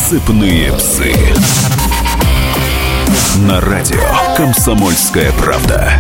«Цепные псы». На радио «Комсомольская правда».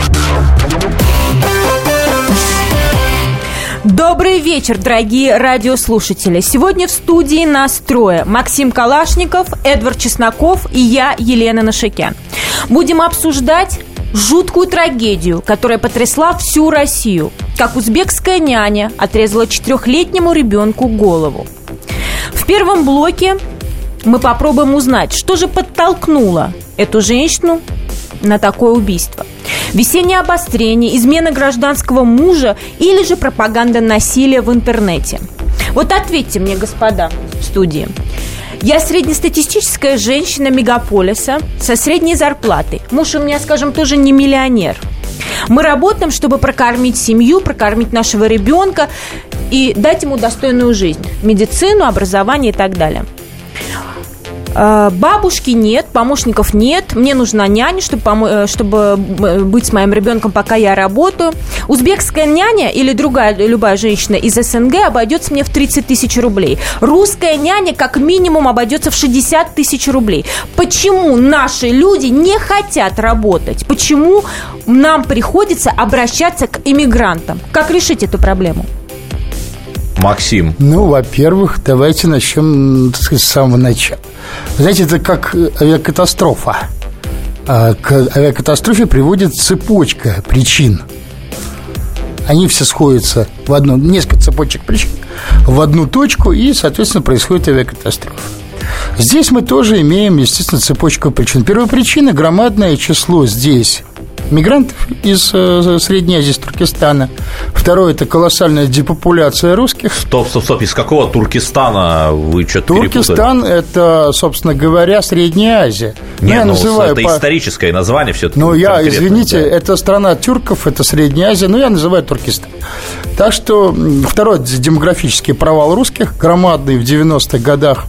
Добрый вечер, дорогие радиослушатели. Сегодня в студии нас трое. Максим Калашников, Эдвард Чесноков и я, Елена Нашикян. Будем обсуждать жуткую трагедию, которая потрясла всю Россию. Как узбекская няня отрезала 4-летнему ребенку голову. В первом блоке мы попробуем узнать, что же подтолкнуло эту женщину на такое убийство. Весеннее обострение, измена гражданского мужа или же пропаганда насилия в интернете. Вот ответьте мне, господа в студии. Я среднестатистическая женщина мегаполиса со средней зарплатой. Муж у меня, скажем, тоже не миллионер. Мы работаем, чтобы прокормить семью, прокормить нашего ребенка и дать ему достойную жизнь. Медицину, образование и так далее. Бабушки нет, помощников нет. Мне нужна няня, чтобы быть с моим ребенком, пока я работаю. Узбекская няня или любая женщина из СНГ обойдется мне в 30 тысяч рублей. Русская няня как минимум обойдется в 60 тысяч рублей. Почему наши люди не хотят работать? Почему нам приходится обращаться к иммигрантам? Как решить эту проблему? Максим. Ну, во-первых, давайте начнем, так сказать, с самого начала. Знаете, это как авиакатастрофа. К авиакатастрофе приводит цепочка причин. Они все сходятся в одну, несколько цепочек причин в одну точку, и, соответственно, происходит авиакатастрофа. Здесь мы тоже имеем, естественно, цепочку причин. Первая причина – громадное число здесь мигрантов из Средней Азии, из Туркестана. Второе – это колоссальная депопуляция русских. Стоп, из какого Туркестана вы что-то перепутали? Туркестан – это, собственно говоря, Средняя Азия. Нет, это историческое название все-таки. Ну, извините, да. Это страна тюрков, это Средняя Азия, но я называю Туркестан. Так что, второй – демографический провал русских, громадный в 90-х годах.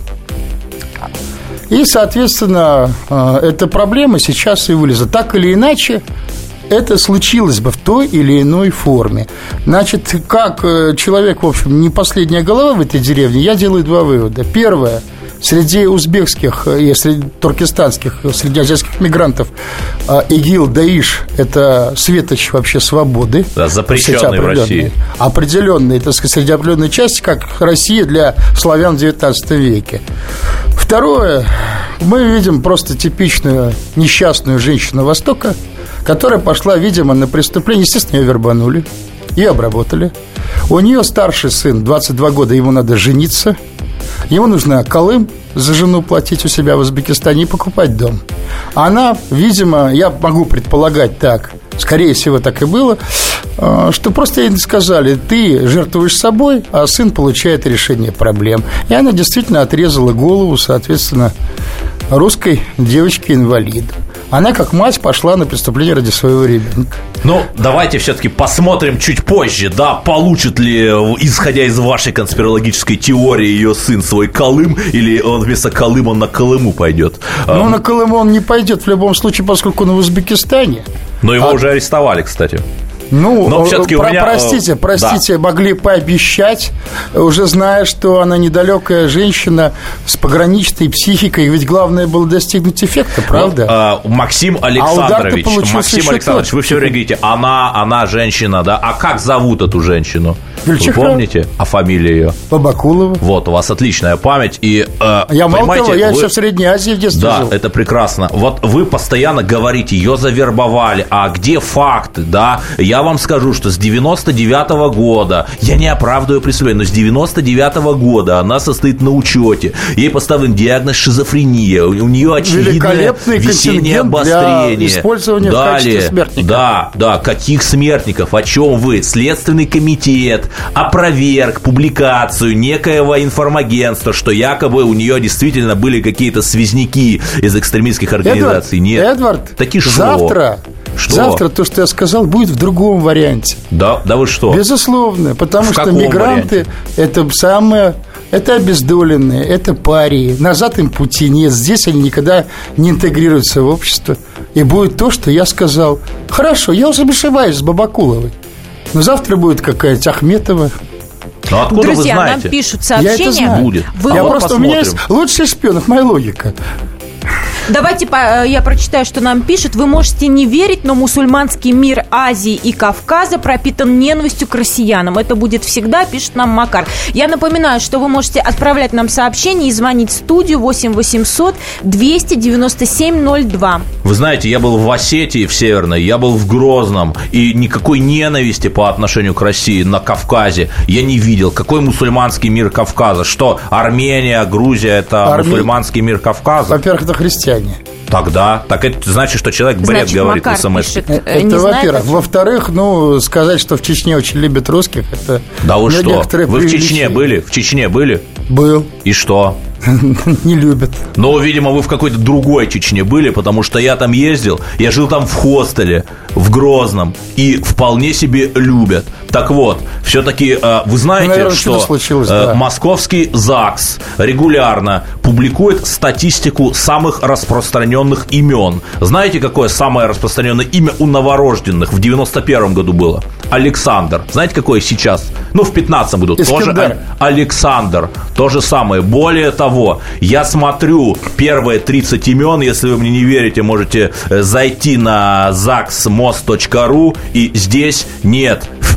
И, соответственно, эта проблема сейчас и вылезла. Так или иначе, это случилось бы в той или иной форме. Значит, как человек, в общем, не последняя голова в этой деревне, я делаю два вывода. Первое. Среди узбекских и туркестанских, среднеазиатских мигрантов ИГИЛ, Даиш – это светоч вообще свободы. Да, запрещенный в России. Определенные, так сказать, среди определенной части, как Россия для славян в XIX веке. Второе. Мы видим просто типичную несчастную женщину Востока, которая пошла, видимо, на преступление. Естественно, ее вербанули и обработали. У нее старший сын, 22 года, ему надо жениться. Ему нужно Колым за жену платить у себя в Узбекистане и покупать дом. Она, видимо, я могу предполагать так, скорее всего, так и было, что просто ей сказали: ты жертвуешь собой, а сын получает решение проблем. И она действительно отрезала голову, соответственно, русской девочке-инвалиду. Она, как мать, пошла на преступление ради своего ребенка. Ну, давайте все-таки посмотрим чуть позже, да, получит ли, исходя из вашей конспирологической теории, ее сын свой Колым, или он вместо Колыма на Колыму пойдет. Ну, на Колыму он не пойдет в любом случае, поскольку он в Узбекистане. Но его уже арестовали, кстати. Ну, простите, да. Могли пообещать, уже зная, что она недалекая женщина с пограничной психикой, ведь главное было достигнуть эффекта, правда? Максим Александрович, вы все время говорите, она женщина, да? А как зовут эту женщину? Вельчиха. Вы помните? А фамилия ее? Бабакулова. Вот, у вас отличная память. И, я мало того, я еще в Средней Азии в детстве жил. Да, это прекрасно. Вот вы постоянно говорите, ее завербовали, а где факты, да? Я вам скажу, что с 99-го года, я не оправдываю преступление, но с 99-го года она состоит на учете. Ей поставлен диагноз шизофрения. У нее очевидное весеннее обострение. Использование в качестве смертника. Да, каких смертников? О чем вы? Следственный комитет опроверг публикацию некоего информагентства, что якобы у нее действительно были какие-то связняки из экстремистских организаций. Эдвард, таки завтра то, что я сказал, будет в другом варианте. Да вы что? Безусловно, потому что мигранты это обездоленные, это парии. Назад им пути нет. Здесь они никогда не интегрируются в общество. И будет то, что я сказал. Хорошо, я уже ошибаюсь с Бабакуловой. Но завтра будет какая-то Ахметова, Ну, откуда Друзья, вы знаете? нам пишут сообщения. Я это знаю. Будет. Я вот просто, у меня есть лучший шпионов, моя логика. Давайте я прочитаю, что нам пишут. Вы можете не верить, но мусульманский мир Азии и Кавказа пропитан ненавистью к россиянам. Это будет всегда, пишет нам Макар. Я напоминаю, что вы можете отправлять нам сообщения и звонить в студию 8 800 297 02. Вы знаете, я был в Осетии, в Северной, я был в Грозном, и никакой ненависти по отношению к России на Кавказе я не видел. Какой мусульманский мир Кавказа? Что, Армения, Грузия – это мусульманский мир Кавказа? Во-первых, это христиане. Тогда. Так это значит, что человек бред говорит в СМС. Это во-первых. Во-вторых, сказать, что в Чечне очень любят русских, это... Да вы что? Вы в Чечне были? В Чечне были? Был. И что? Не любят. Но, видимо, вы в какой-то другой Чечне были, потому что я там ездил, я жил там в хостеле, в Грозном, и вполне себе любят. Так вот, все-таки вы знаете, наверное, что московский ЗАГС регулярно публикует статистику самых распространенных имен. Знаете, какое самое распространенное имя у новорожденных в 91 году было? Александр. Знаете, какое сейчас? В 15 году тоже Александр. То же самое. Более того, я смотрю первые 30 имен. Если вы мне не верите, можете зайти на zagsmost.ru, и здесь нет. В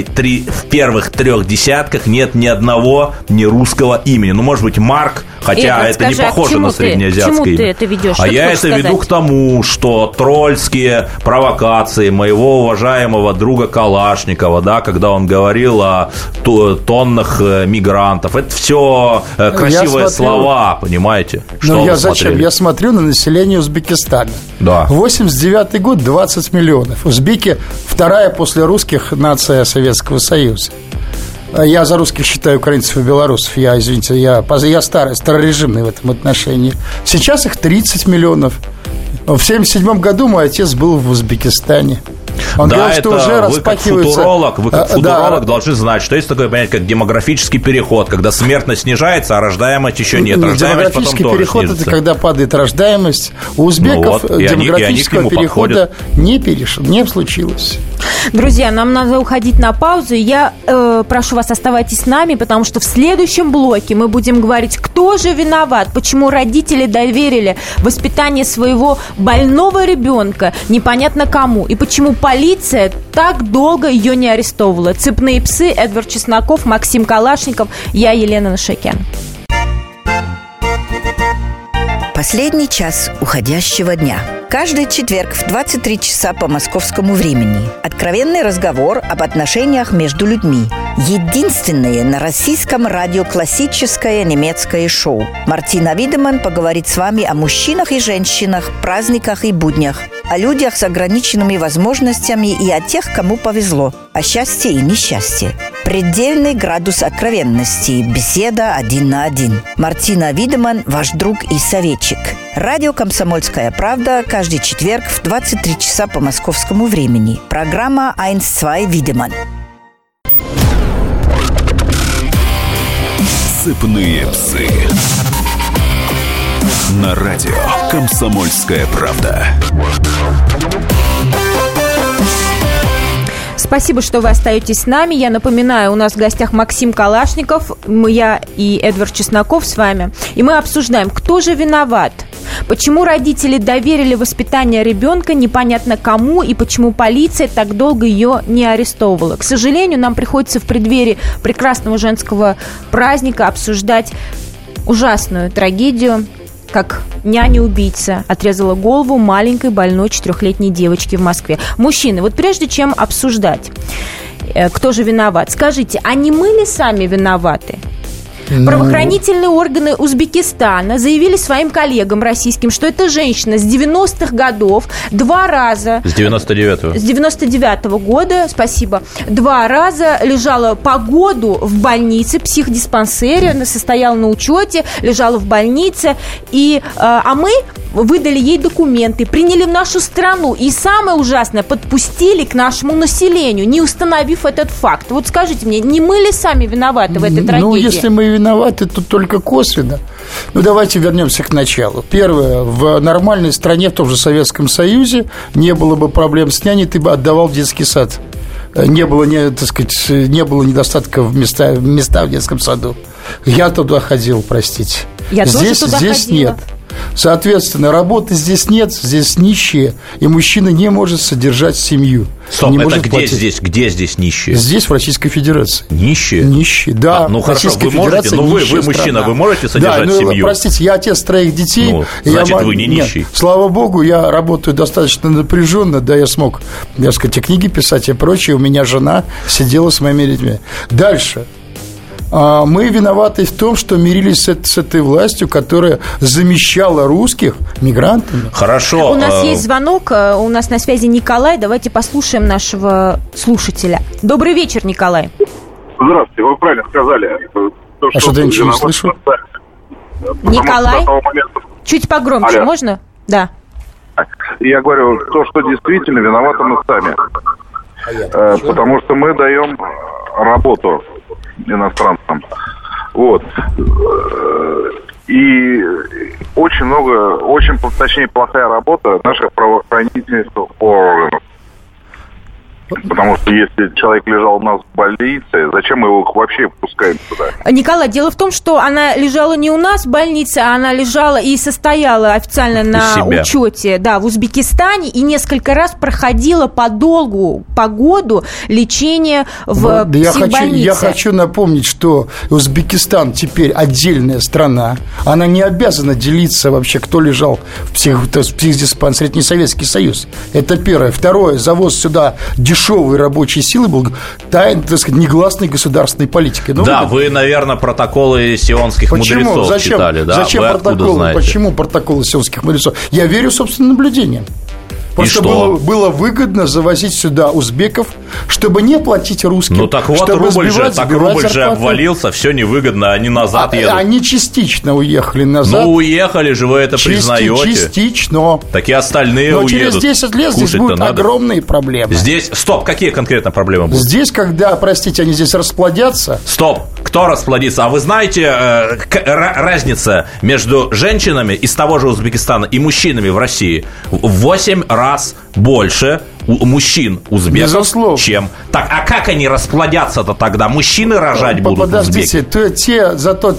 первых 3 десятках нет ни одного не русского имени. Может быть, Марк, хотя это не похоже на среднеазиатское имя. Ты это ведешь? А я это веду к тому, что тролльские провокации моего уважаемого друга Калашникова, да, когда он говорил о тоннах мигрантов, это все красивые слова, понимаете? Зачем? Я смотрю на население Узбекистана. Да. 89 год, 20 миллионов. Узбеки вторая после русских нация Советского Союза. Я за русских считаю украинцев и белорусов. Извините, я старорежимный в этом отношении. Сейчас их 30 миллионов. В 1977 году мой отец был в Узбекистане. Он говорил, что уже распахивается... Вы как футуролог должны знать, что есть такое понятие, как демографический переход, когда смертность снижается, а рождаемость еще нет. Рождаемость потом тоже переход снижится. Это когда падает рождаемость. У узбеков демографического перехода не случилось. Друзья, нам надо уходить на паузу. Я прошу вас, оставайтесь с нами, потому что в следующем блоке мы будем говорить, кто же виноват, почему родители доверили воспитание своего больного ребенка непонятно кому, и почему полиция так долго ее не арестовывала. «Цепные псы», Эдвард Чесноков, Максим Калашников, я Елена Нашекян. Последний час уходящего дня. Каждый четверг в 23 часа по московскому времени. Откровенный разговор об отношениях между людьми. Единственное на российском радио классическое немецкое шоу. Мартина Видеман поговорит с вами о мужчинах и женщинах, праздниках и буднях, о людях с ограниченными возможностями и о тех, кому повезло, о счастье и несчастье. Предельный градус откровенности. Беседа 1 на 1. Мартина Видеман, ваш друг и советчик. Радио «Комсомольская правда» каждый четверг в 23 часа по московскому времени. Программа 1-2 Видеман. «Цепные псы». На радио «Комсомольская правда». Спасибо, что вы остаетесь с нами. Я напоминаю, у нас в гостях Максим Калашников, я и Эдвард Чесноков с вами. И мы обсуждаем, кто же виноват. Почему родители доверили воспитание ребенка непонятно кому, и почему полиция так долго ее не арестовывала. К сожалению, нам приходится в преддверии прекрасного женского праздника обсуждать ужасную трагедию, как няня-убийца отрезала голову маленькой больной 4-летней девочки в Москве. Мужчины, вот прежде чем обсуждать, кто же виноват, скажите, а не мы ли сами виноваты? Правоохранительные органы Узбекистана заявили своим коллегам российским, что эта женщина с 90-х годов 2 раза... С 99-го. С 99-го года, спасибо. 2 раза лежала по году в больнице, психдиспансере, она состояла на учете, лежала в больнице. А мы выдали ей документы, приняли в нашу страну. И самое ужасное, подпустили к нашему населению, не установив этот факт. Вот скажите мне, не мы ли сами виноваты в этой трагедии? Если мы виноваты, то только косвенно. Давайте вернемся к началу. Первое. В нормальной стране, в том же Советском Союзе, не было бы проблем с няней, ты бы отдавал в детский сад не было недостатка в места в детском саду. Я туда ходил, простите. Я здесь, тоже туда здесь ходила. нет. Соответственно, работы здесь нет, здесь нищие, и мужчина не может содержать семью. Стоп, не это может где платить. здесь нищие? Здесь, в Российской Федерации. Нищие? Нищие, да. Ну хорошо, вы можете, вы мужчина, вы можете содержать семью? Простите, я отец 3 детей. Значит, вы не нищий. Слава богу, я работаю достаточно напряженно, да, я смог, так сказать, и книги писать и прочее. У меня жена сидела с моими детьми. Дальше. Мы виноваты в том, что мирились с этой властью, которая замещала русских мигрантами. Хорошо. У нас есть звонок, у нас на связи Николай. Давайте послушаем нашего слушателя. Добрый вечер, Николай. Здравствуйте, вы правильно сказали. Что-то я ничего не слышу. Николай, чуть погромче, Алло. можно? Да. Я говорю, то, что действительно виноваты мы сами. Потому что мы даем работу иностранцам. Вот. И очень плохая работа наших правоохранительных органов. Потому что если человек лежал у нас в больнице, зачем мы его вообще пускаем туда? Николай, дело в том, что она лежала не у нас в больнице, а она лежала и состояла официально на учете, да, в Узбекистане, и несколько раз проходила по году лечение в психбольнице. Я хочу напомнить, что Узбекистан теперь отдельная страна. Она не обязана делиться вообще, кто лежал в психдиспансере. Это не Советский Союз. Это первое. Второе, завоз сюда дешевой рабочей силы был тайной, так сказать, негласной государственной политикой. Да, вы, наверное, протоколы сионских мудрецов читали, да? Зачем протоколы? Почему протоколы сионских мудрецов? Я верю собственным наблюдениям. Просто было выгодно завозить сюда узбеков, чтобы не платить русским. Ну так вот, рубль же обвалился, все невыгодно, они назад едут. Они частично уехали назад. Ну, уехали же, вы это признаете. Частично. Так и остальные уедут. Но через 10 лет здесь будут огромные проблемы. Здесь, стоп, какие конкретно проблемы будут? Здесь, когда, простите, они здесь расплодятся. Стоп, кто расплодится? А вы знаете разница между женщинами из того же Узбекистана и мужчинами в России? В 8 раз больше мужчин узбеков, безусловно, чем... Так, а как они расплодятся-то тогда? Мужчины рожать будут узбеки? Подождите, зато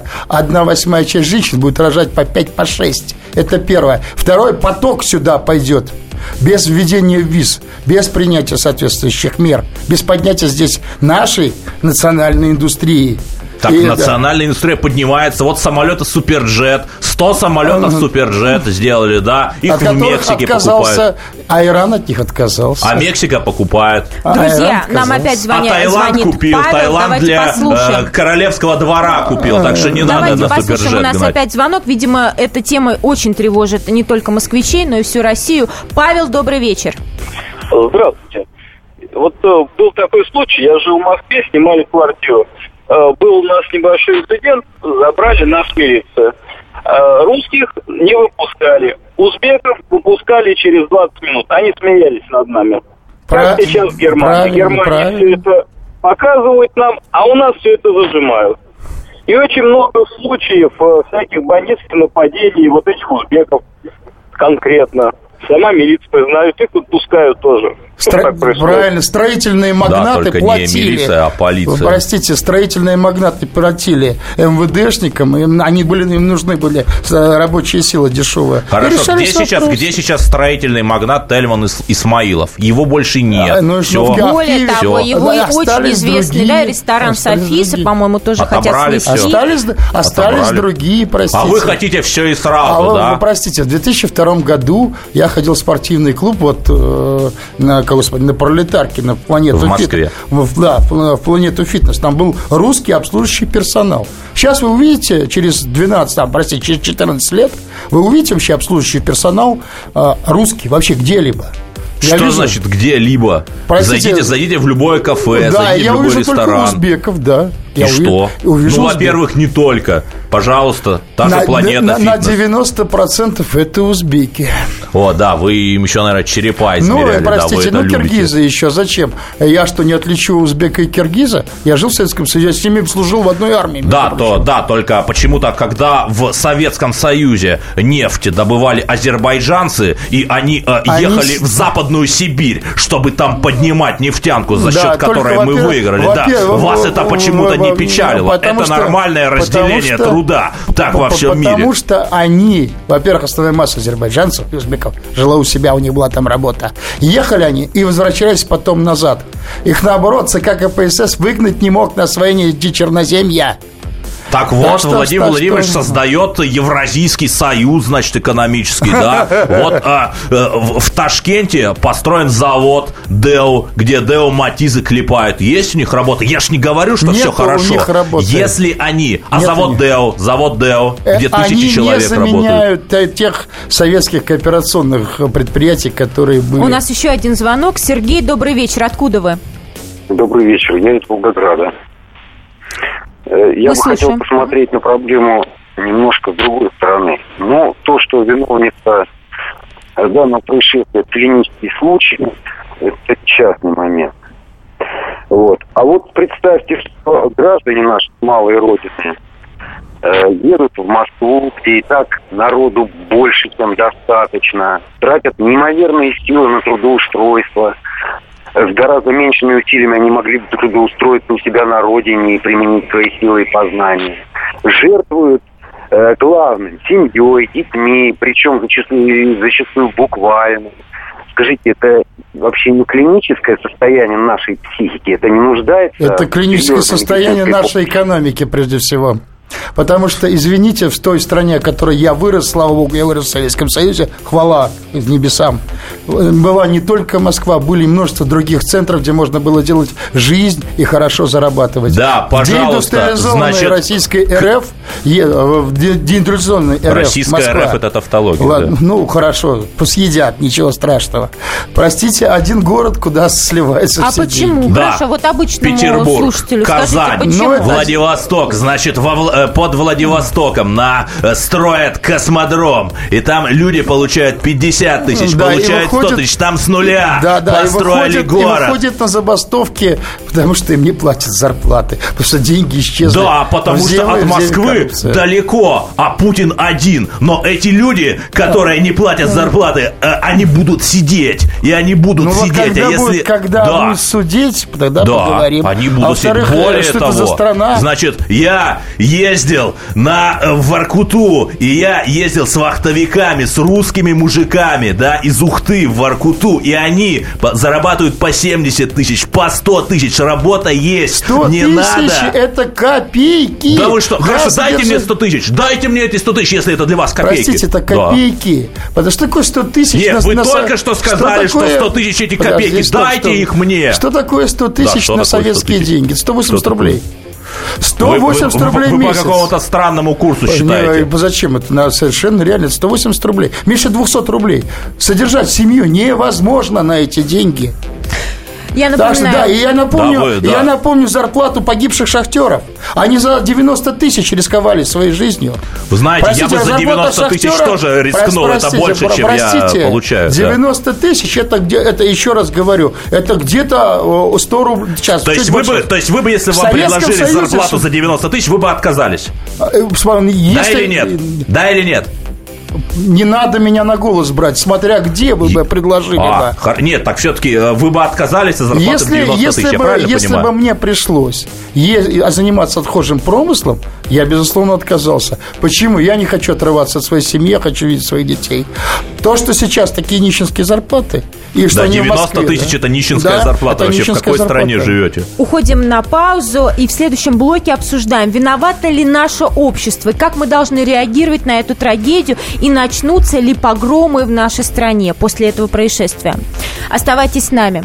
1/8 часть женщин будет рожать по 5, по 6. Это первое. Второй, поток сюда пойдет. Без введения виз, без принятия соответствующих мер, без поднятия здесь нашей национальной индустрии. Так, национальная индустрия поднимается. Вот самолеты Суперджет, 100 самолетов Суперджет сделали, да? Их в Мексике покупают. А Иран от них отказался. А Мексика покупает. Друзья, нам опять звонит Таиланд купил, Павел. Таиланд для королевского двора купил, так что не надо на Суперджет гнать. У нас опять звонок. Видимо, эта тема очень тревожит не только москвичей, но и всю Россию. Павел, добрый вечер. Здравствуйте. Вот был такой случай, я жил в Москве, снимали квартиру. Был у нас небольшой инцидент, забрали нас милиция. Русских не выпускали, узбеков выпускали через 20 минут. Они смеялись над нами. Как сейчас в Германии. Германия все это показывает нам, а у нас все это зажимают. И очень много случаев всяких бандитских нападений вот этих узбеков конкретно. Сама милиция знает, их отпускают тоже. Правильно, строительные магнаты платили. Не милиция, а полиция. Простите, строительные магнаты платили МВДшникам, им нужны были рабочие силы дешевые. Хорошо, где сейчас строительный магнат Тельман Исмаилов? Его больше нет. Более того, его очень известный ресторан Софиса, по-моему, тоже хотят снести. Остались другие, простите. А вы хотите все и сразу, да? Простите, в 2002 году я ходил в спортивный клуб на Пролетарке, на Планету в Москве. В Планету Фитнес. Там был русский обслуживающий персонал. Сейчас вы увидите, через 14 лет, вы увидите вообще обслуживающий персонал русский вообще где-либо. Что значит где-либо? Зайдите в любое кафе, зайдите в любой ресторан. Только узбеков, да. И что? Во-первых, не только. Пожалуйста, та же Планета Фитнес. На 90% это узбеки. О, да, вы им еще, наверное, черепа измеряли. Простите, да, киргизы еще. Зачем? Я что, не отличу узбека и киргиза? Я жил в Советском Союзе, я с ними служил в одной армии. Да, только почему-то, когда в Советском Союзе нефть добывали азербайджанцы, и они ехали в Западную Сибирь, чтобы там поднимать нефтянку, за счет которой мы выиграли. Вас это почему-то не печалило. Это нормальное разделение труда. Так во всем мире. Потому что они, во-первых, основная масса азербайджанцев и узбеков жила у себя, у них была там работа. Ехали они и возвращались потом назад. Их, наоборот, ЦК КПСС выгнать не мог на освоение Черноземья. Так вот, Владимир Владимирович создает Евразийский союз, значит, экономический, да. Вот в Ташкенте построен завод ДЭО, где ДЭО Матизы клепают. Есть у них работа? Я ж не говорю, что все хорошо. Если они... завод ДЭО, где тысячи человек работают. Они не заменяют тех советских кооперационных предприятий, которые были. У нас еще один звонок. Сергей, добрый вечер. Откуда вы? Добрый вечер. Я из Волгограда. Я бы хотел посмотреть на проблему немножко с другой стороны. Но то, что виновница данного происшествия клинический случай, это частный момент. Вот. А вот представьте, что граждане нашей малой родины едут в Москву, где и так народу больше, чем достаточно, тратят неимоверные силы на трудоустройство. С гораздо меньшими усилиями они могли бы трудоустроиться у себя на родине и применить свои силы и познания. Жертвуют главным – семьей, детьми, причем зачастую буквально. Скажите, это вообще не клиническое состояние нашей психики? Это не нуждается? Это клиническое состояние нашей экономики, прежде всего. Потому что, извините, в той стране, в которой я вырос, слава богу, я вырос в Советском Союзе, хвала небесам, была не только Москва, были множество других центров, где можно было делать жизнь и хорошо зарабатывать. Да, пожалуйста. Деиндустриализованной российской РФ, деиндустриализованной РФ, российская Москва. РФ – это тавтология. Ладно, да. Ну, хорошо, съедят, ничего страшного. Простите, один город, куда сливается все почему? деньги. Хорошо, вот обычному Петербург, слушателю Казань, скажите, почему? Владивосток, значит, под Владивостоком строят космодром, и там люди получают 50 тысяч, получают 100 тысяч, там с нуля построили город. И выходят на забастовки, потому что им не платят зарплаты, потому что деньги исчезли. Да, потому что от Москвы далеко, а Путин один. Но эти люди, которые не платят зарплаты, они будут сидеть, и они будут сидеть. Когда будут судить, тогда поговорим. Они будут сидеть. Более того, значит, я ездил в Воркуту, и я ездил с вахтовиками, с русскими мужиками, да, из Ухты в Воркуту, и они зарабатывают по 70 тысяч, по 100 тысяч, работа есть, 100 не тысяч надо. Это копейки. Да вы что, хорошо, дайте мне 100 тысяч, дайте мне эти 100 тысяч, если это для вас копейки. Простите, это копейки. Да. Потому что такое 100 тысяч? Нет, вы только что сказали, что 100 тысяч эти копейки, дайте их мне. Что такое 100 тысяч на советские деньги? 180 рублей. 180 рублей в месяц. Вы по какому-то странному курсу считаете? Зачем? Это совершенно реально. 180 рублей. Меньше 200 рублей. Содержать семью невозможно на эти деньги. Я напоминаю. Да, и я напомню зарплату погибших шахтеров. Они за 90 тысяч рисковали своей жизнью. Вы знаете, я бы за 90 тысяч тоже рискнул. Это больше, чем я получаю. 90 тысяч, это еще раз говорю, это где-то 100 рублей в час. То есть вы бы, если вам предложили зарплату за 90 тысяч, вы бы отказались? Да или нет? Да или нет? Не надо меня на голос брать, смотря где вы бы предложили. Нет, так все-таки вы бы отказались от зарплаты в 90 тысяч, я правильно понимаю? Если бы мне пришлось заниматься отхожим промыслом, я, безусловно, отказался. Почему? Я не хочу отрываться от своей семьи, я хочу видеть своих детей. То, что сейчас такие нищенские зарплаты, и что 90 тысяч – это нищенская зарплата. Вообще, в какой стране живете? Уходим на паузу, и в следующем блоке обсуждаем, виновато ли наше общество, как мы должны реагировать на эту трагедию, и начнутся ли погромы в нашей стране после этого происшествия. Оставайтесь с нами.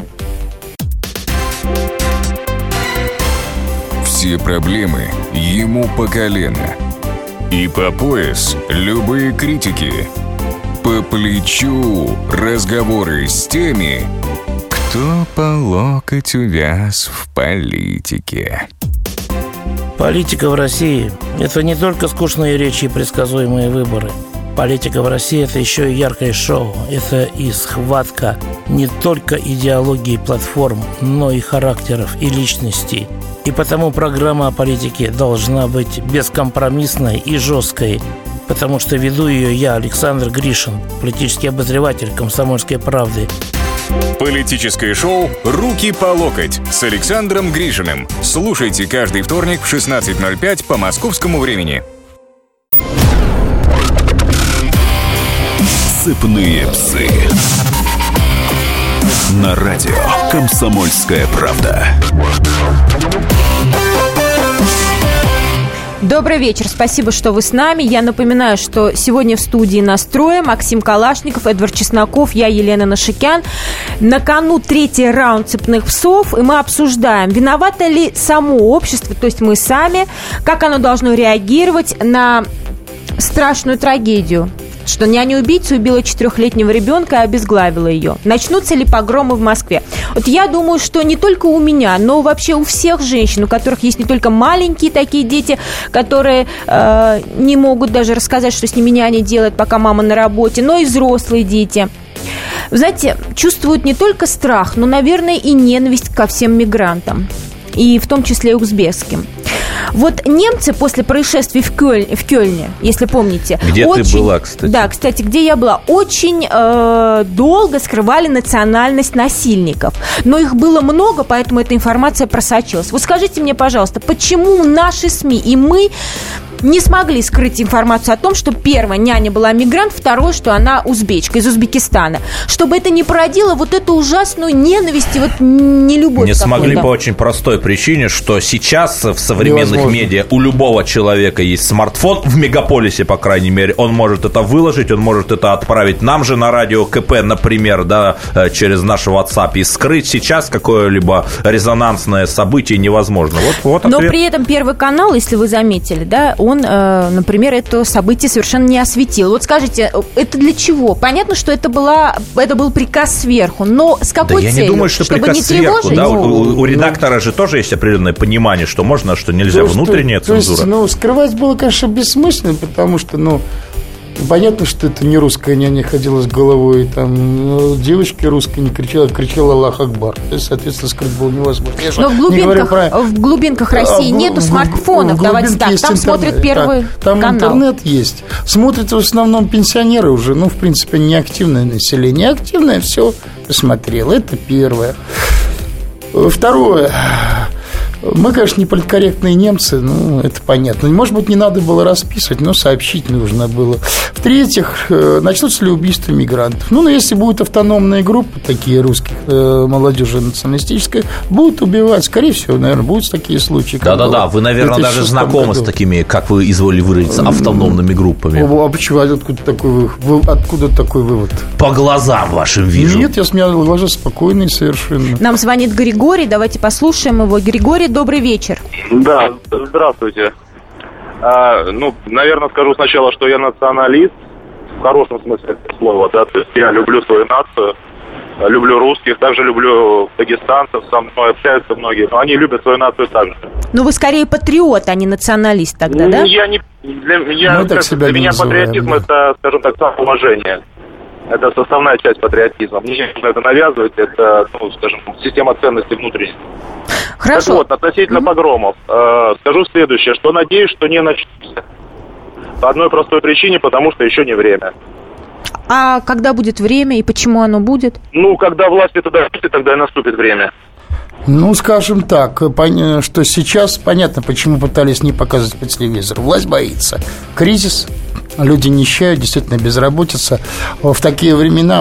Все проблемы ему по колено. И по пояс любые критики. По плечу разговоры с теми, кто по локоть увяз в политике. Политика в России – это не только скучные речи и предсказуемые выборы. Политика в России – это еще и яркое шоу. Это и схватка не только идеологии платформ, но и характеров и личностей. И потому программа о политике должна быть бескомпромиссной и жесткой, потому что веду ее я, Александр Гришин, политический обозреватель «Комсомольской правды». Политическое шоу «Руки по локоть» с Александром Гришиным. Слушайте каждый вторник в 16:05 по московскому времени. Цепные псы. На радио «Комсомольская правда». Добрый вечер, спасибо, что вы с нами. Я напоминаю, что сегодня в студии «Настрой» Максим Калашников, Эдвард Чесноков, я Елена Нашикян. На кону 3-й раунд «Цепных псов», и мы обсуждаем, виновато ли само общество, то есть мы сами, как оно должно реагировать на страшную трагедию, что няня-убийца убила 4-летнего ребенка и обезглавила ее. Начнутся ли погромы в Москве? Вот я думаю, что не только у меня, но вообще у всех женщин, у которых есть не только маленькие такие дети, которые не могут даже рассказать, что с ними няня делает, пока мама на работе, но и взрослые дети. Вы знаете, чувствуют не только страх, но, наверное, и ненависть ко всем мигрантам, и в том числе и узбекским. Вот немцы после происшествий в Кёльне, если помните... Где ты была, кстати? Да, кстати, где я была. Очень долго скрывали национальность насильников. Но их было много, поэтому эта информация просочилась. Вот скажите мне, пожалуйста, почему наши СМИ и мы не смогли скрыть информацию о том, что первая няня была мигрант, второе, что она узбечка из Узбекистана, чтобы это не породило вот эту ужасную ненависть и вот нелюбовь. Не смогли по очень простой причине, что сейчас в современных медиа у любого человека есть смартфон, в мегаполисе, по крайней мере, он может это выложить, он может это отправить нам же на радио КП, например, да, через наш WhatsApp, и скрыть сейчас какое-либо резонансное событие невозможно. Вот но при этом Первый канал, если вы заметили, да, он, например, это событие совершенно не осветил. Вот скажите, это для чего? Понятно, что это был приказ сверху, но с какой целью? Я не думаю, что чтобы приказ не сверху. тревожить? Да, у редактора же тоже есть определенное понимание, что можно, а что нельзя. Внутренняя цензура. То есть, скрывать было, конечно, бессмысленно, потому что, понятно, что это не русская няня ходила с головой, там, девочки русские не кричала «Аллах Акбар». То есть, соответственно, скрыть было невозможно. Но в глубинках России нету смартфонов, давайте так, там смотрят Первый там канал. Интернет есть. Смотрят в основном пенсионеры уже, в принципе, не активное население. Активное все посмотрело. Это первое. Второе. Мы, конечно, не политкорректные немцы, это понятно. Может быть, не надо было расписывать, но сообщить нужно было. В-третьих, начнутся ли убийства мигрантов? Если будут автономные группы, такие русских, молодежи националистической, будут убивать. Скорее всего, наверное, будут такие случаи. Да-да-да, вы, наверное, даже знакомы с такими, как вы изволили выразиться, автономными группами. А почему? Откуда такой вывод? По глазам вашим вижу. Нет, я с меня глаза спокойные совершенно. Нам звонит Григорий, давайте послушаем его. Григорий, добрый вечер. Да, здравствуйте. Наверное, скажу сначала, что я националист, в хорошем смысле этого слова, да, то есть я люблю свою нацию, люблю русских, также люблю дагестанцев, со мной общаются многие, но они любят свою нацию также. Вы скорее патриот, а не националист тогда, да? Для меня патриотизм это, скажем так, самоуважение. Это составная часть патриотизма. Мне не нужно это навязывать, это, система ценностей внутренних. Хорошо. Так вот, относительно погромов, скажу следующее, что надеюсь, что не начнутся. По одной простой причине, потому что еще не время. А когда будет время и почему оно будет? Когда власть это дойдет, тогда и наступит время. Скажем так, что сейчас понятно, почему пытались не показывать по телевизору. Власть боится. Кризис, люди нищают, действительно безработица. В такие времена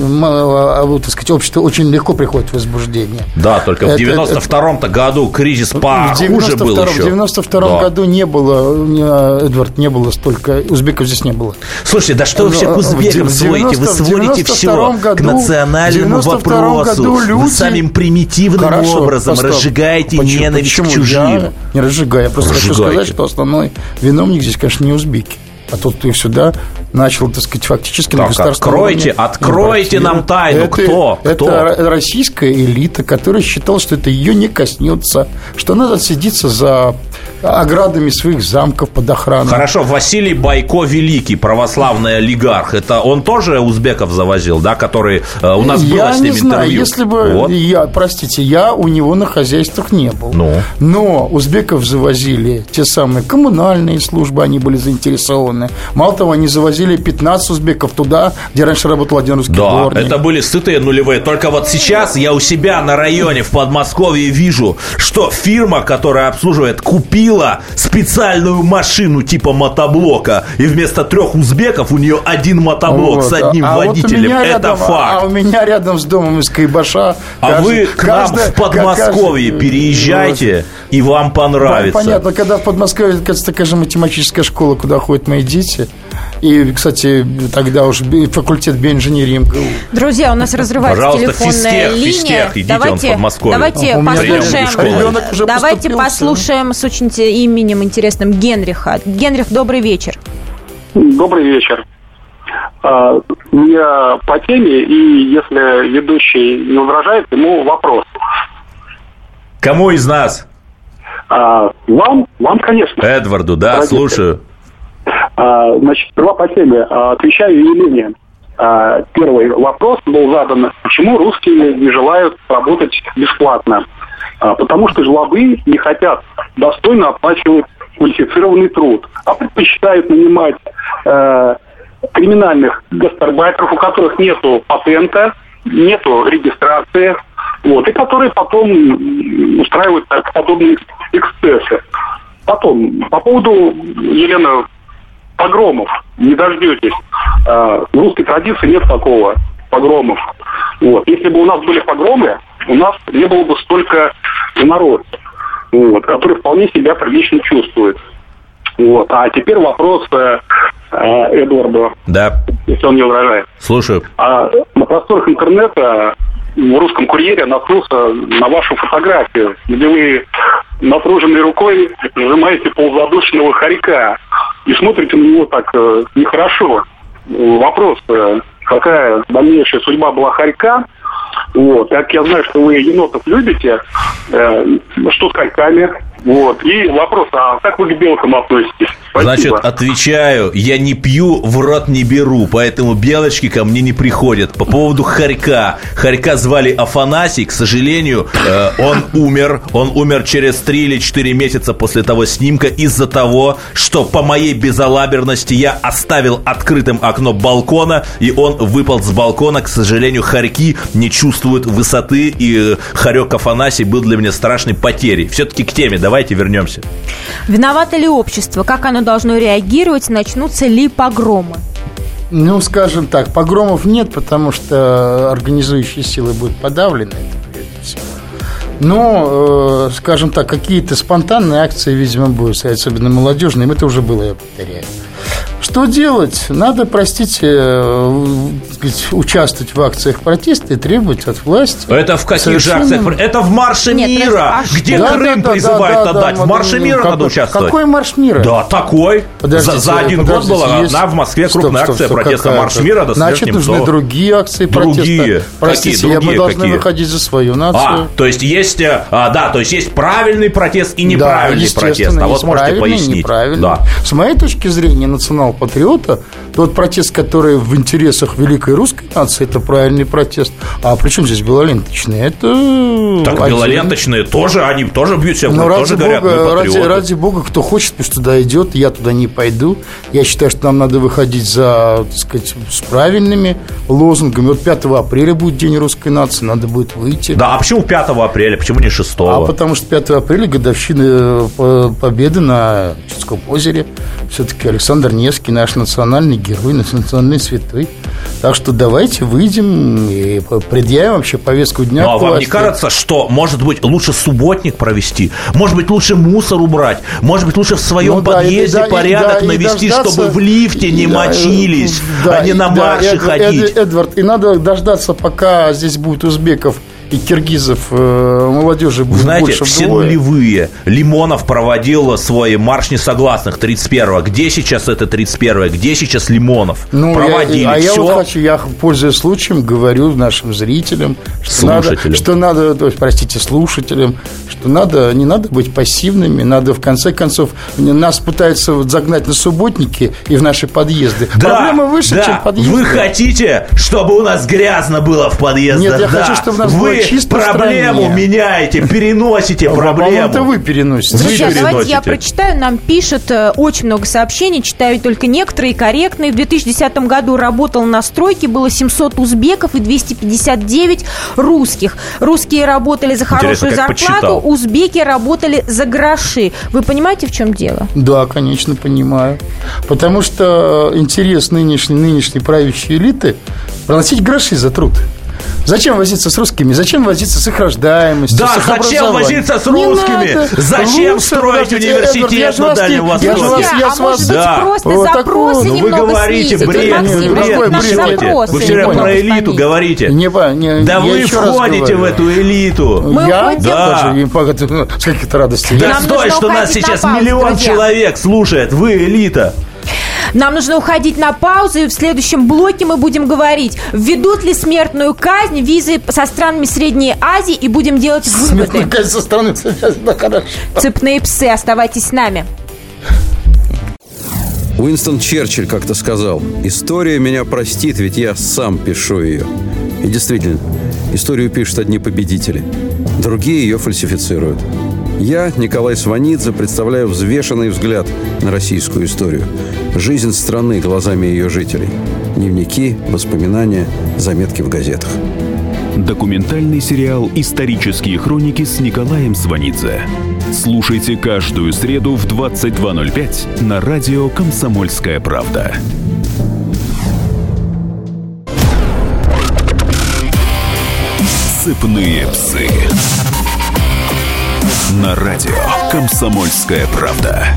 общество очень легко приходит в возбуждение. Да, только в 92-м году кризис похуже был еще. В 92-м году не было, Эдвард, не было столько, узбеков здесь не было. Слушайте, да что вы все к узбекам сводите? Вы сводите все к национальному вопросу. Вы самым примитивным образом разжигаете ненависть к чужим. Я не разжигаю, я просто хочу сказать, что основной виновник здесь, конечно, не узбеки. А тот, кто их сюда начал, так сказать, фактически на государственном уровне. Откройте нам тайну, кто? Это российская элита, которая считала, что это ее не коснется, что надо отсидеться за оградами своих замков под охраной. Хорошо, Василий Байко Великий, православный олигарх, это он тоже узбеков завозил, да, который у нас было с ним интервью? Я не знаю, если бы, я у него на хозяйствах не был. Но узбеков завозили те самые коммунальные службы, они были заинтересованы. Мало того, они завозили 15 узбеков туда, где раньше работал один русский дворник. Да, это были сытые нулевые. Только вот сейчас я у себя на районе в Подмосковье вижу, что фирма, которая обслуживает, купила специальную машину типа мотоблока, и вместо 3 узбеков у нее один мотоблок с одним водителем. Это факт. А у меня рядом с домом из Кайбаша. Вы к нам в Подмосковье переезжайте, и вам понравится. Понятно, когда в Подмосковье такая же математическая школа, куда ходят мои дети. И, кстати, тогда уже факультет биоинженерии МГУ. Друзья, у нас разрывается телефонная линия. Давайте послушаем с очень именем интересным Генриха. Генрих, добрый вечер. Добрый вечер. Я по теме, и если ведущий не возражает, ему вопрос. Кому из нас? Вам, конечно. Эдварду, да, Родитель. Слушаю. Значит, сперва по теме. Отвечаю Елене. Первый вопрос был задан, почему русские не желают работать бесплатно. Потому что жлобы не хотят достойно оплачивать квалифицированный труд, а предпочитают нанимать криминальных гастарбайтеров, у которых нету патента, нету регистрации, и которые потом устраивают подобные эксцессы. Потом, по поводу, Елена, погромов, не дождетесь. В русской традиции нет такого погромов. Если бы у нас были погромы, у нас не было бы столько инородцев, которые вполне себя прилично чувствуют. А теперь вопрос Эдварду, да. Если он не возражает. Слушаю. На просторах интернета в «Русском курьере» наткнулся на вашу фотографию, где вы натруженной рукой сжимаете полузадушенного хорька и смотрите на него так нехорошо. Вопрос, какая дальнейшая судьба была хорька? Так я знаю, что вы енотов любите, что с хорьками? И вопрос, а как вы к белкам относитесь? Спасибо. Значит, отвечаю, я не пью, в рот не беру, поэтому белочки ко мне не приходят. По поводу хорька. Хорька звали Афанасий, к сожалению, он умер через 3 или 4 месяца после того снимка из-за того, что по моей безалаберности я оставил открытым окно балкона, и он выпал с балкона. К сожалению, хорьки не чувствуют высоты, и хорек Афанасий был для меня страшной потерей. Все-таки к теме, давайте вернемся. Виновато ли общество? Как оно должно реагировать? Начнутся ли погромы? Скажем так, погромов нет, потому что организующие силы будут подавлены, это прежде всего. Но, скажем так, какие-то спонтанные акции, видимо, будут, особенно молодежные, это уже было, я повторяю. Что делать? Надо, участвовать в акциях протеста и требовать от власти. Это в каких же акциях? Это в Марше мира, где Крым призывают отдать. В Марше мира надо участвовать. Какой Марш мира? Да, такой. За один год была одна в Москве крупная акция протеста. Марш мира. Значит, нужны другие акции протеста. Простите, мы должны выходить за свою нацию. То есть есть правильный протест и неправильный протест. А вот можете пояснить. С моей точки зрения, национал-патриота, тот протест, который в интересах великой русской нации, это правильный протест. А при чем здесь белоленточные? Так белоленточные тоже, они тоже бьют себя в грудь, тоже говорят, мы патриоты. Ради бога, кто хочет, пусть туда идет, я туда не пойду. Я считаю, что нам надо выходить с правильными лозунгами. 5 апреля будет День русской нации, надо будет выйти. Да, а почему 5 апреля, почему не 6? Потому что 5 апреля годовщина победы на Чудском озере. Все-таки Александр Невский наш национальный герой, национальный святой. Так что давайте выйдем и предъявим вообще повестку дня. А вам не кажется, что, может быть, лучше субботник провести? Может быть, лучше мусор убрать? Может быть, лучше в своем подъезде порядок навести, чтобы в лифте не мочились, а не на марше ходить? Эдвард, и надо дождаться, пока здесь будет узбеков и киргизов молодежи будет знаете, больше все вдвое. нулевые. Лимонов проводил свой марш несогласных 31-го. Где сейчас это 31-е? Где сейчас Лимонов? Проводили. Я пользуясь случаем, говорю нашим зрителям, слушателям, что не надо быть пассивными, надо в конце концов, нас пытаются загнать на субботники и в наши подъезды. Да, проблема выше, чем подъезды. Вы хотите, чтобы у нас грязно было в подъездах? Нет, я хочу, чтобы у нас было чисто. Вы проблему меняете, переносите проблему. Это вы переносите. Друзья, давайте я прочитаю. Нам пишут очень много сообщений, читаю только некоторые корректные. В 2010 году работал на стройке, было 700 узбеков и 259 русских. Русские работали за хорошую зарплату, узбеки работали за гроши. Вы понимаете, в чем дело? Да, конечно, понимаю. Потому что интерес нынешней правящей элиты проносить гроши за труд. Зачем возиться с русскими? Зачем возиться с их рождаемостью? Да, зачем возиться с русскими? Зачем строить университет на Дальнем Востоке? Просто запросы немного говорите снизить. бред. Вы все время про элиту говорите. Да вы входите в эту элиту. Я? Да. С каких-то радостей. Да стой, что нас сейчас миллион человек слушает. Вы элита. Нам нужно уходить на паузу, и в следующем блоке мы будем говорить, введут ли смертную казнь, визы со странами Средней Азии, и будем делать выводы. Смертную казнь со странами Средней Азии, да, хорошо. Цепные псы, оставайтесь с нами. Уинстон Черчилль как-то сказал: «История меня простит, ведь я сам пишу ее». И действительно, историю пишут одни победители, другие ее фальсифицируют. Я, Николай Сванидзе, представляю взвешенный взгляд на российскую историю. Жизнь страны глазами ее жителей. Дневники, воспоминания, заметки в газетах. Документальный сериал «Исторические хроники» с Николаем Сванидзе. Слушайте каждую среду в 22:05 на радио «Комсомольская правда». Цепные псы. На радио «Комсомольская правда».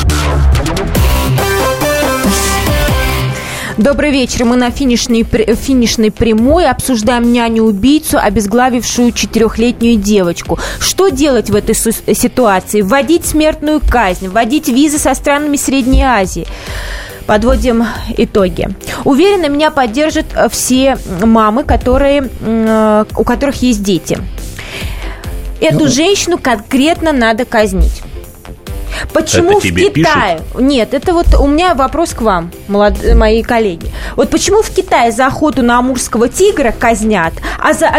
Добрый вечер. Мы на финишной прямой обсуждаем няню-убийцу, обезглавившую 4-летнюю девочку. Что делать в этой ситуации? Вводить смертную казнь, вводить визы со странами Средней Азии? Подводим итоги. Уверена, меня поддержат все мамы, у которых есть дети. Эту женщину конкретно надо казнить. Почему это тебе в Китае... Пишут? Нет, это вот у меня вопрос к вам, мои коллеги. Вот почему в Китае за охоту на амурского тигра казнят, а за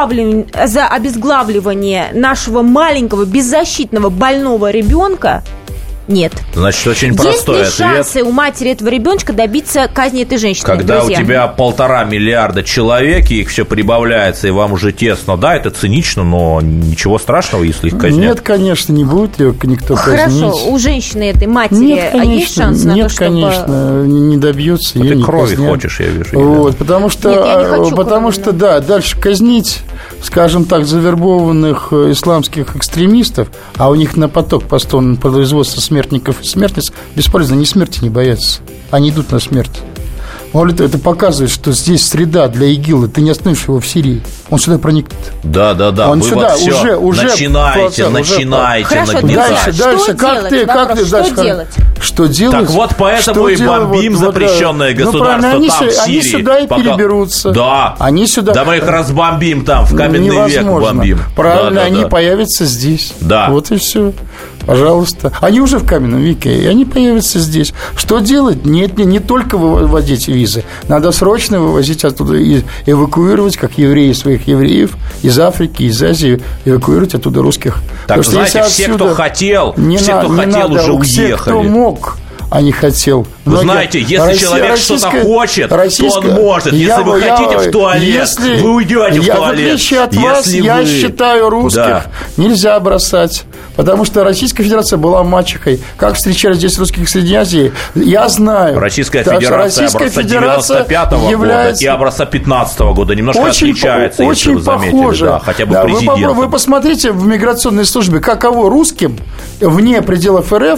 обезглавливание нашего маленького, беззащитного, больного ребенка нет? Значит, очень простой ответ. Есть ли шансы у матери этого ребеночка добиться казни этой женщины, когда друзья? У тебя 1,5 миллиарда человек, и их все прибавляется, и вам уже тесно. Да, это цинично, но ничего страшного, если их казнят. Нет, конечно, не будет ее никто казнить. Хорошо, у женщины этой матери есть шанс на то, чтобы... Нет, конечно, не добьется. Ты крови хочешь, я вижу. Вот, потому что, нет, я не хочу потому что, да, дальше казнить, скажем так, завербованных исламских экстремистов, а у них на поток поставлен производство смертников и смертниц, бесполезно, они смерти не боятся. Они идут на смерть. Более того, это показывает, что здесь среда для ИГИЛа. Ты не остановишь его в Сирии. Он сюда проникнет. Да. Он вы сюда уже начинаете Хорошо, нагнетать. Дальше. Что делать? Что делать? Так вот поэтому и бомбим запрещенное государство там, в Сирии. Они сюда и переберутся. Да. Они сюда... Да мы их разбомбим там, в каменный век бомбим. Правильно, они появятся здесь. Да. Вот и все. Пожалуйста. Они уже в каменном веке, и они появятся здесь. Что делать? Нет, не только выводить визы. Надо срочно вывозить оттуда и эвакуировать, как евреи своих евреев из Африки, из Азии, эвакуировать оттуда русских. Так, знаете, все, кто хотел, уже уехали. Все, кто мог, а не хотел. Вы знаете, если человек что-то хочет, то он может. Если вы хотите в туалет, вы уйдете в туалет. В отличие от вас, я считаю, русских нельзя бросать. Потому что Российская Федерация была мачехой. Как встречали здесь русских в Средней Азии, я знаю. Российская Федерация образца 95-го года и образца 15-го года немножко отличается, очень если вы заметили. Похоже. Да, хотя бы президент. Вы посмотрите в миграционной службе, каково русским вне пределов РФ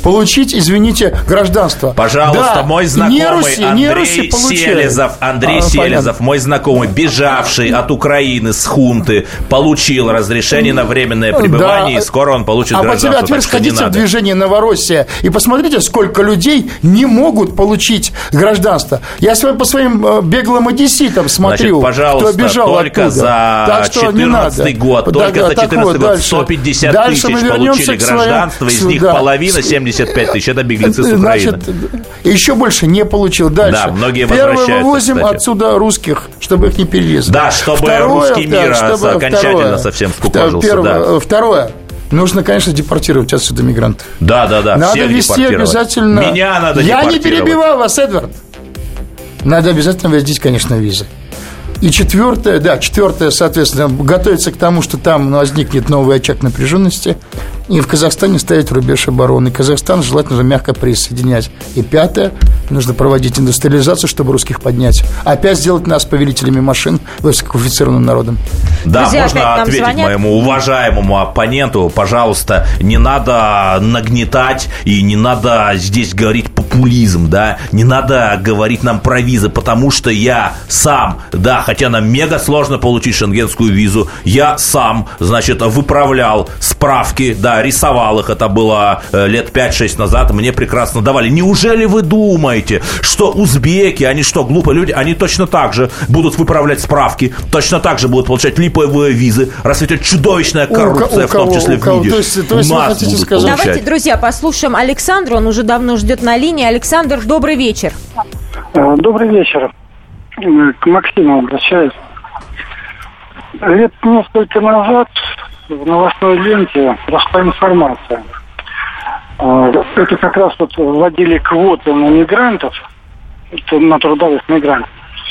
получить, извините, гражданство. Пожалуйста, да, мой знакомый Андрей Селезов, мой знакомый, бежавший от Украины с хунты, получил разрешение на временное пребывание, и скоро он получит гражданство. А теперь сходите в движение «Новороссия» и посмотрите, сколько людей не могут получить гражданство. Я по своим беглым одесситам смотрю, пожалуйста, кто бежал только оттуда. за 2014 год, только за 2014 год 150 тысяч получили гражданство, из них половина, 75 тысяч, это беглецы с Украины. Еще больше не получил. Дальше. Да, многие возвращаются, Первое, вывозим отсюда русских, чтобы их не перевезли. Да, чтобы русский мир окончательно совсем скукожился. Второе. Нужно, конечно, депортировать отсюда мигрантов. Да. Надо везти обязательно. Меня надо Я депортировать. не перебивал вас, Эдвард. Надо обязательно вводить, конечно, визы. И четвертое, соответственно, готовиться к тому, что там возникнет новый очаг напряженности, и в Казахстане ставить рубеж обороны. Казахстан желательно мягко присоединять. И пятое, нужно проводить индустриализацию, чтобы русских поднять. Опять сделать нас повелителями машин, высококвалифицированным народом. Да, друзья, можно ответить моему уважаемому оппоненту, пожалуйста, не надо нагнетать и не надо здесь говорить популизм, да, не надо говорить нам про визы, потому что я сам, да, хотя нам мега сложно получить шенгенскую визу, я сам, значит, выправлял справки, да, рисовал их, это было лет 5-6 назад, мне прекрасно давали. Неужели вы думаете, что узбеки, они что, глупые люди, они точно так же будут выправлять справки, точно так же будут получать липовые визы, раз идет чудовищная коррупция, в том числе в МИДе. То есть вы хотите сказать... Давайте, друзья, послушаем Александра, он уже давно ждет на линии. Александр, добрый вечер. Добрый вечер. К Максиму обращаюсь. Лет несколько назад в новостной ленте прошла информация. Это как раз вот вводили квоты на мигрантов, на трудовых мигрантов.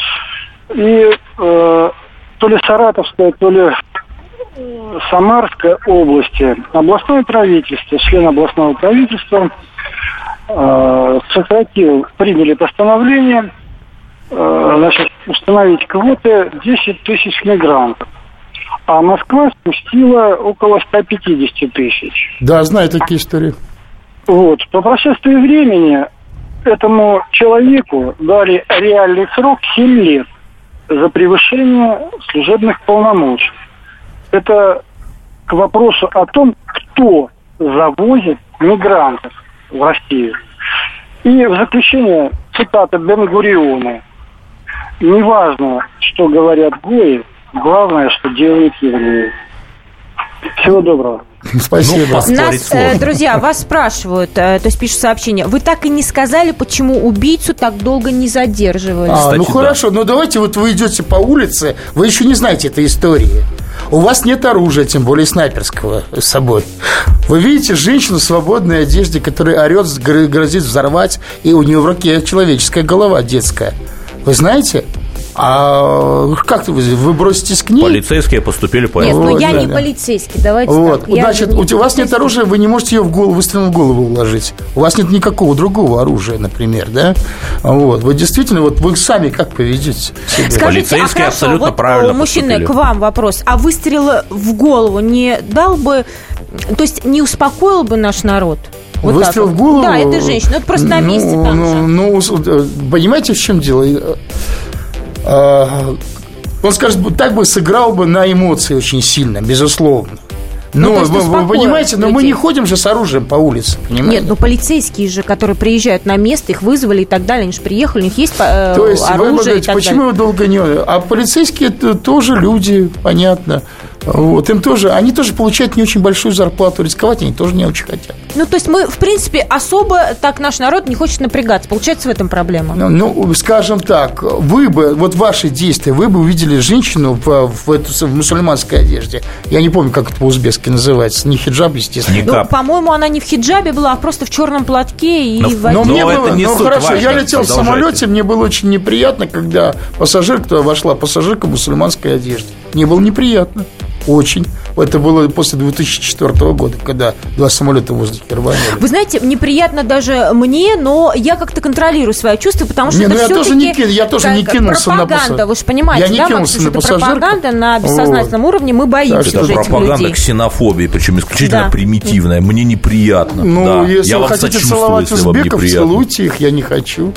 И то ли Саратовская, то ли Самарской области областное правительство, члены областного правительства приняли постановление, значит, установить квоты 10 тысяч мигрантов. А Москва спустила около 150 тысяч. Да, знаю такие истории. Вот. По прошествии времени этому человеку дали реальный срок 7 лет за превышение служебных полномочий. Это к вопросу о том, кто завозит мигрантов в Россию. И в заключение цитата Бен-Гуриона. «Неважно, что говорят гои, главное, что делают евреи». Всего доброго. Спасибо. Нас, друзья, вас спрашивают, то есть пишут сообщение. Вы так и не сказали, почему убийцу так долго не задерживали. Кстати, хорошо, но давайте вот вы идете по улице, вы еще не знаете этой истории. У вас нет оружия, тем более снайперского с собой. Вы видите женщину в свободной одежде, которая орет, грозит взорвать, и у нее в руке человеческая голова детская. Вы знаете? А как вы броситесь к ней? Полицейские поступили по этому. Нет, ну я не полицейский, давайте вот. так. Значит, у вас нет оружия, вы не можете ее выстрелом в голову уложить. У вас нет никакого другого оружия, например, да? Вот. Вы действительно, вот вы сами как поведете себя? Скажите, полицейские абсолютно правильно мужчина, поступили. К вам вопрос. А выстрел в голову не дал бы, то есть не успокоил бы наш народ? Вот выстрел в голову? Да, это женщина, это просто на месте там же. Понимаете, в чем дело? Он, скажем, так бы сыграл бы на эмоции очень сильно, безусловно. Но вы понимаете, но мы не ходим же с оружием по улице, понимаете? Нет, но полицейские же, которые приезжают на место, их вызвали и так далее, они же приехали, у них есть оружие. То есть вы говорите, и так почему далее. Вы долго не... А полицейские тоже люди, понятно. Вот, они тоже получают не очень большую зарплату, рисковать они тоже не очень хотят. Ну, то есть мы, в принципе, особо так наш народ не хочет напрягаться. Получается, в этом проблема? Ну, скажем так, вы бы, вот ваши действия, вы бы увидели женщину в мусульманской одежде. Я не помню, как это по-узбекски называется. Не хиджаб, естественно. Ну, по-моему, она не в хиджабе была, а просто в черном платке и в одежде. Но мне было, хорошо, я летел в самолете, мне было очень неприятно, когда пассажирка в мусульманской одежде. Мне было неприятно. Очень. Это было после 2004 года, когда 2 самолета в воздухе рванули. Вы знаете, неприятно даже мне, но я как-то контролирую свои чувства, потому что это все-таки я тоже не кинулся на пропаганда, вы же понимаете, да, Максим, что это пропаганда на бессознательном уровне, мы боимся уже этих людей. Это пропаганда ксенофобии, причем исключительно примитивная, мне неприятно. Ну, если вы хотите целовать узбеков, целуйте их, я не хочу.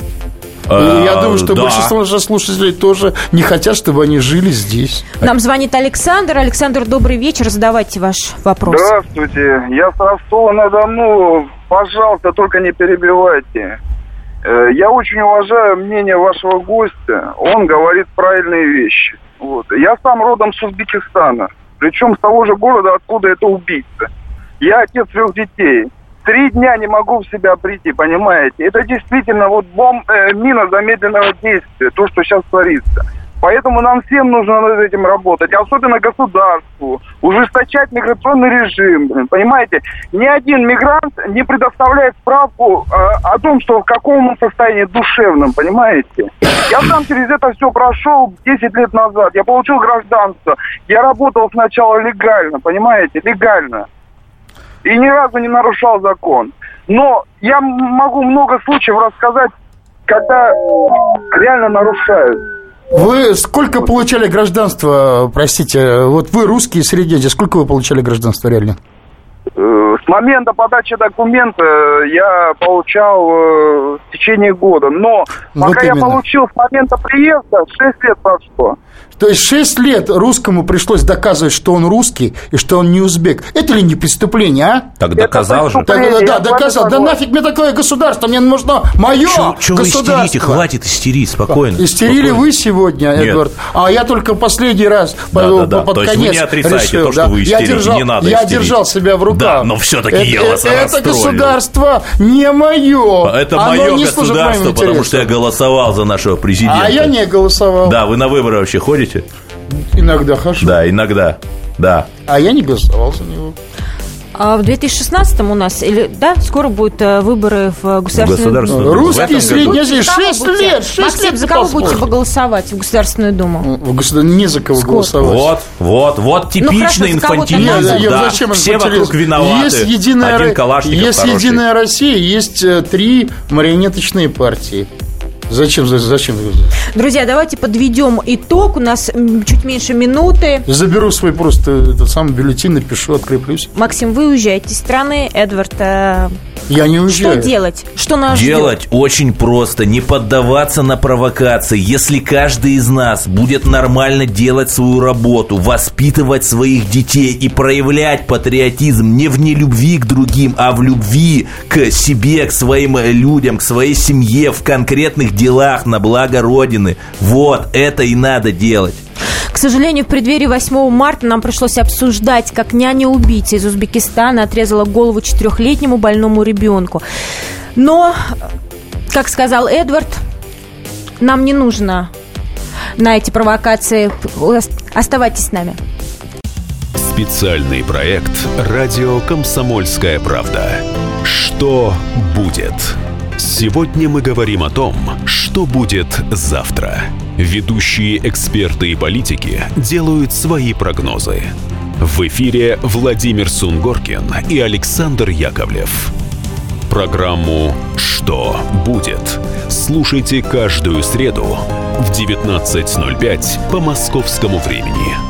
Я думаю, что большинство наших слушателей тоже не хотят, чтобы они жили здесь. Нам звонит Александр. Александр, добрый вечер. Задавайте ваш вопрос. Здравствуйте. Я с Ростова-на-Дону. Пожалуйста, только не перебивайте. Я очень уважаю мнение вашего гостя. Он говорит правильные вещи. Вот. Я сам родом с Узбекистана. Причем с того же города, откуда это убийца. Я отец 3 детей. 3 дня не могу в себя прийти, понимаете? Это действительно мина замедленного действия, то, что сейчас творится. Поэтому нам всем нужно над этим работать, особенно государству, ужесточать миграционный режим, понимаете? Ни один мигрант не предоставляет справку о том, что в каком он состоянии душевном, понимаете? Я сам через это все прошел 10 лет назад, я получил гражданство, я работал сначала легально, понимаете, легально. И ни разу не нарушал закон. Но я могу много случаев рассказать, когда реально нарушают. Вы сколько получали гражданства, простите, вот вы русские среди, сколько вы получали гражданства реально? С момента подачи документа я получал в течение года. Но пока я получил с момента приезда, 6 лет прошло. То есть 6 лет русскому пришлось доказывать, что он русский и что он не узбек. Это ли не преступление, а? Так доказал же. Да, доказал. Да нафиг мне такое государство, мне нужно мое государство. Вы истерите? Хватит истерить, спокойно. Истерили вы сегодня, Эдвард, а я только последний раз под то есть конец вы не отрицаете решил, то, что вы истерите, не надо истерить. Я держал себя в руках. Да, но все-таки я вас расстроил. Это государство не мое. Это мое государство, потому что я голосовал за нашего президента. А я не голосовал. Да, вы на выборы вообще ходите? Иногда хожу. Да, иногда, да. А я не голосовал за него. А в 2016-м у нас, скоро будут выборы в Государственную Думу. Русские средние 6 лет. Максим, за кого будете голосовать в Государственную Думу? Не за кого голосовать. Вот типичный инфантилизм. Все вокруг виноваты. Один Калашников есть Единая Россия, есть 3 марионеточные партии. Зачем? Друзья, давайте подведем итог. У нас чуть меньше минуты. Заберу свой просто этот самый бюллетень, напишу, откреплюсь. Максим, вы уезжаете из страны. Эдвард, я не уезжаю. Что делать? Что нас ждет? Делать очень просто. Не поддаваться на провокации. Если каждый из нас будет нормально делать свою работу, воспитывать своих детей и проявлять патриотизм не в нелюбви к другим, а в любви к себе, к своим людям, к своей семье, в конкретных делах на благо Родины. Вот это и надо делать. К сожалению, в преддверии 8 марта нам пришлось обсуждать, как няня-убийца из Узбекистана отрезала голову 4-летнему больному ребенку. Но, как сказал Эдвард, нам не нужно на эти провокации. Оставайтесь с нами. Специальный проект «Радио Комсомольская правда». Что будет? Сегодня мы говорим о том, что будет завтра. Ведущие эксперты и политики делают свои прогнозы. В эфире Владимир Сунгоркин и Александр Яковлев. Программу «Что будет?» слушайте каждую среду в 19:05 по московскому времени.